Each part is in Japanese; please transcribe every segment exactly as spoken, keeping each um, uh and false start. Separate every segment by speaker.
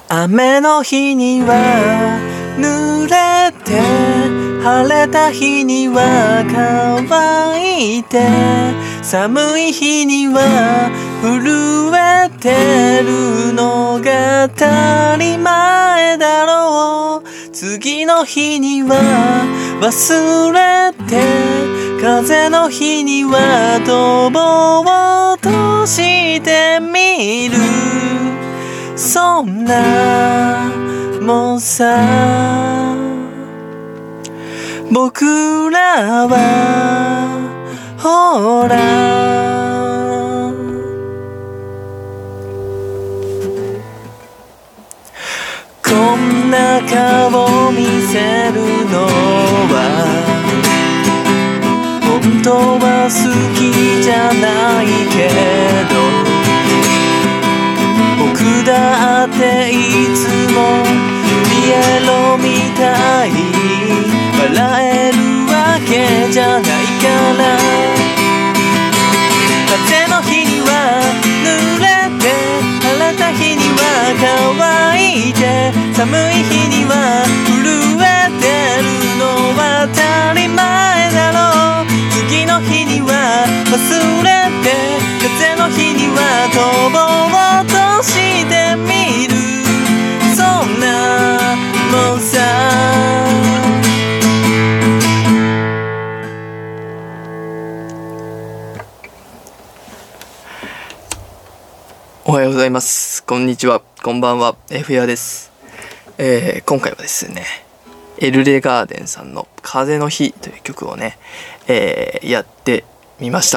Speaker 1: 雨の日には濡れて、晴れた日には乾いて、寒い日には震えてるのが当たり前だろう。次の日には忘れて、風の日には飛ぼうとしてみる。そんなもんさ、僕らはほらこんな顔見せるのは本当は好きじゃないけど、僕だっていつもピエロみたいに笑えるわけじゃないから。風の日には濡れて、晴れた日には乾いて、寒い日には震えてるのは当たり前だろう。次の日には忘れて、風の日には飛ぼうとしてみる。そんなもんさ。おはようございます。こんにちは。こんばんは。F やです。えー、今回はですね、エルレガーデンさんの風の日という曲をね、えー、やってみました。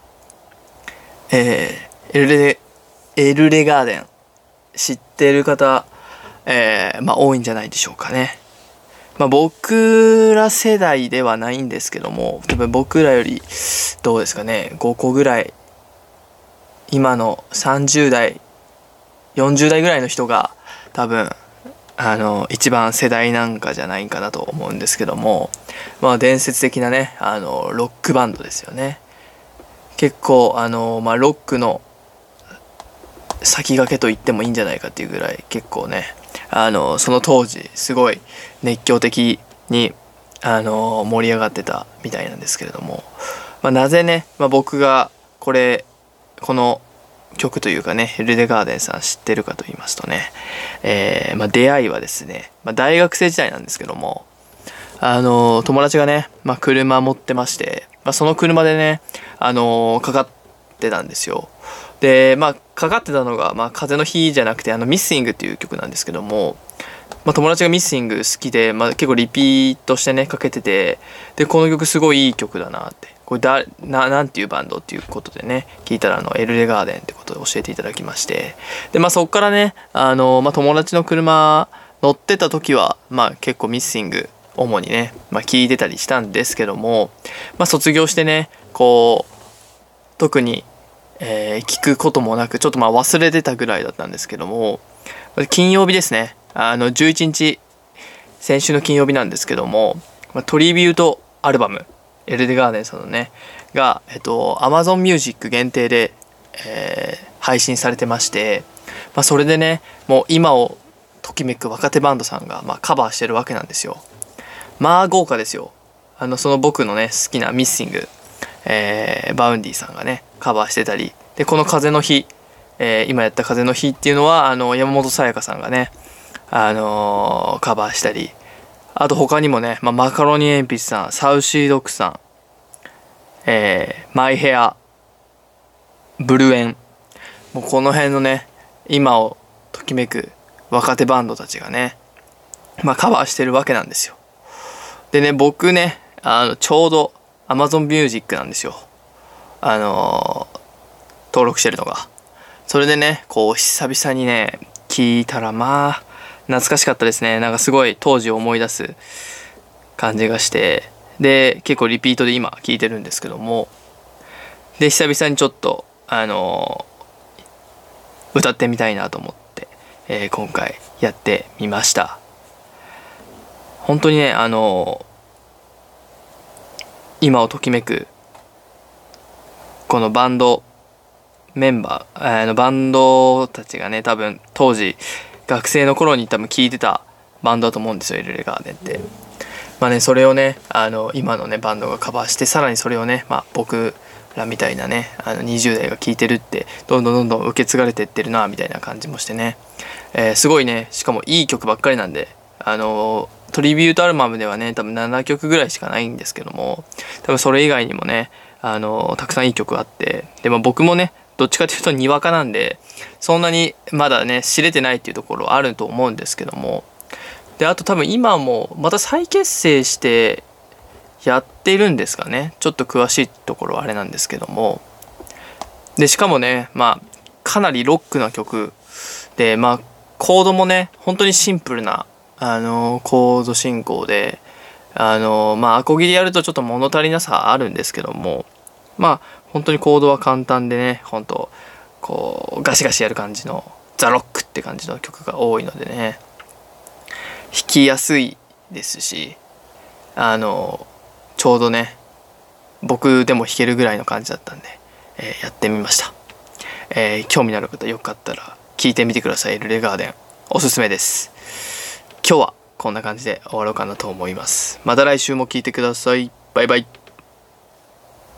Speaker 1: えー、エルレ、エルレガーデン知ってる方、えー、まあ多いんじゃないでしょうかね。まあ僕ら世代ではないんですけども、多分僕らよりどうですかね、ごこぐらい、今のさんじゅう代、よんじゅう代ぐらいの人が多分あの一番世代なんかじゃないかなと思うんですけども、まあ伝説的なね、あのロックバンドですよね。結構あのまあロックの先駆けと言ってもいいんじゃないかっていうぐらい、結構ね、あのその当時すごい熱狂的にあの盛り上がってたみたいなんですけれども、まあ、なぜね、まあ、僕がこれこの曲というかね、エルレガーデンさん知ってるかと言いますとね、えーまあ、出会いはですね、まあ、大学生時代なんですけども、あの友達がね、まあ、車持ってまして、まあ、その車でね、あのかかってたんですよ。で、まあかかってたのが、まあ、風の日じゃなくて、あのミッシングっていう曲なんですけども、まあ、友達がミッシング好きで、まあ、結構リピートしてねかけてて、でこの曲すごいいい曲だなって、これだななんていうバンドっていうことでね聞いたら、あのエルレガーデンってことで教えていただきまして、でまあそっからね、あの、まあ、友達の車乗ってた時は、まあ結構ミッシング主にね、まあ、聞いてたりしたんですけども、まあ、卒業してね、こう特に、えー、聞くこともなく、ちょっとまあ忘れてたぐらいだったんですけども、金曜日ですね、あのじゅういちにち、先週の金曜日なんですけども、トリビュートアルバムエルレガーデンさんのねが、えっと Amazon Music 限定で、えー、配信されてまして、まあ、それでね、もう今をときめく若手バンドさんが、まあ、カバーしてるわけなんですよ。まあ豪華ですよ。あのその僕のね好きなミッシング、えー、バウンディさんがねカバーしてたりで、この風の日、えー、今やった風の日っていうのは、あの山本さやかさんがね、あのー、カバーしたり、あと他にもね、まあ、マカロニ鉛筆さん、サウシードッグさん、えー、マイヘア、ブルエン、もうこの辺のね今をときめく若手バンドたちがね、まあ、カバーしてるわけなんですよ。でね、僕ね、あのちょうど Amazon Music なんですよ、あのー、登録してるのが。それでね、こう久々にね聞いたら、まあ懐かしかったですね。なんかすごい当時を思い出す感じがして、で結構リピートで今聞いてるんですけども、で久々にちょっとあのー、歌ってみたいなと思って、えー、今回やってみました。本当にね、あのー、今をときめくこのバンドメンバー、あのバンドたちがね、多分当時学生の頃に多分聴いてたバンドだと思うんですよ、エルレガーデンって。まあね、それをね、あの今のねバンドがカバーして、さらにそれをね、まあ、僕らみたいなね、あのにじゅう代が聴いてるって、どんどんどんどん受け継がれてってるなみたいな感じもしてね、えー、すごいね、しかもいい曲ばっかりなんで、あのトリビュートアルバムではね多分ななきょくぐらいしかないんですけども、多分それ以外にもね、あのたくさんいい曲あって、でも僕もねどっちかというとにわかなんで、そんなにまだね知れてないっていうところあると思うんですけども、であと多分今もまた再結成してやっているんですかね、ちょっと詳しいところはあれなんですけども、でしかもね、まあかなりロックな曲で、まあコードもね本当にシンプルなあのコード進行で、あのまあアコギでやるとちょっと物足りなさあるんですけども、まあ本当にコードは簡単でね、本当こうガシガシやる感じのザ・ロックって感じの曲が多いのでね、弾きやすいですし、あのちょうどね僕でも弾けるぐらいの感じだったんで、えーやってみました。えー興味のある方よかったら聞いてみてください。エルレガーデンおすすめです。今日はこんな感じで終わろうかなと思います。また来週も聞いてください。バイバイ。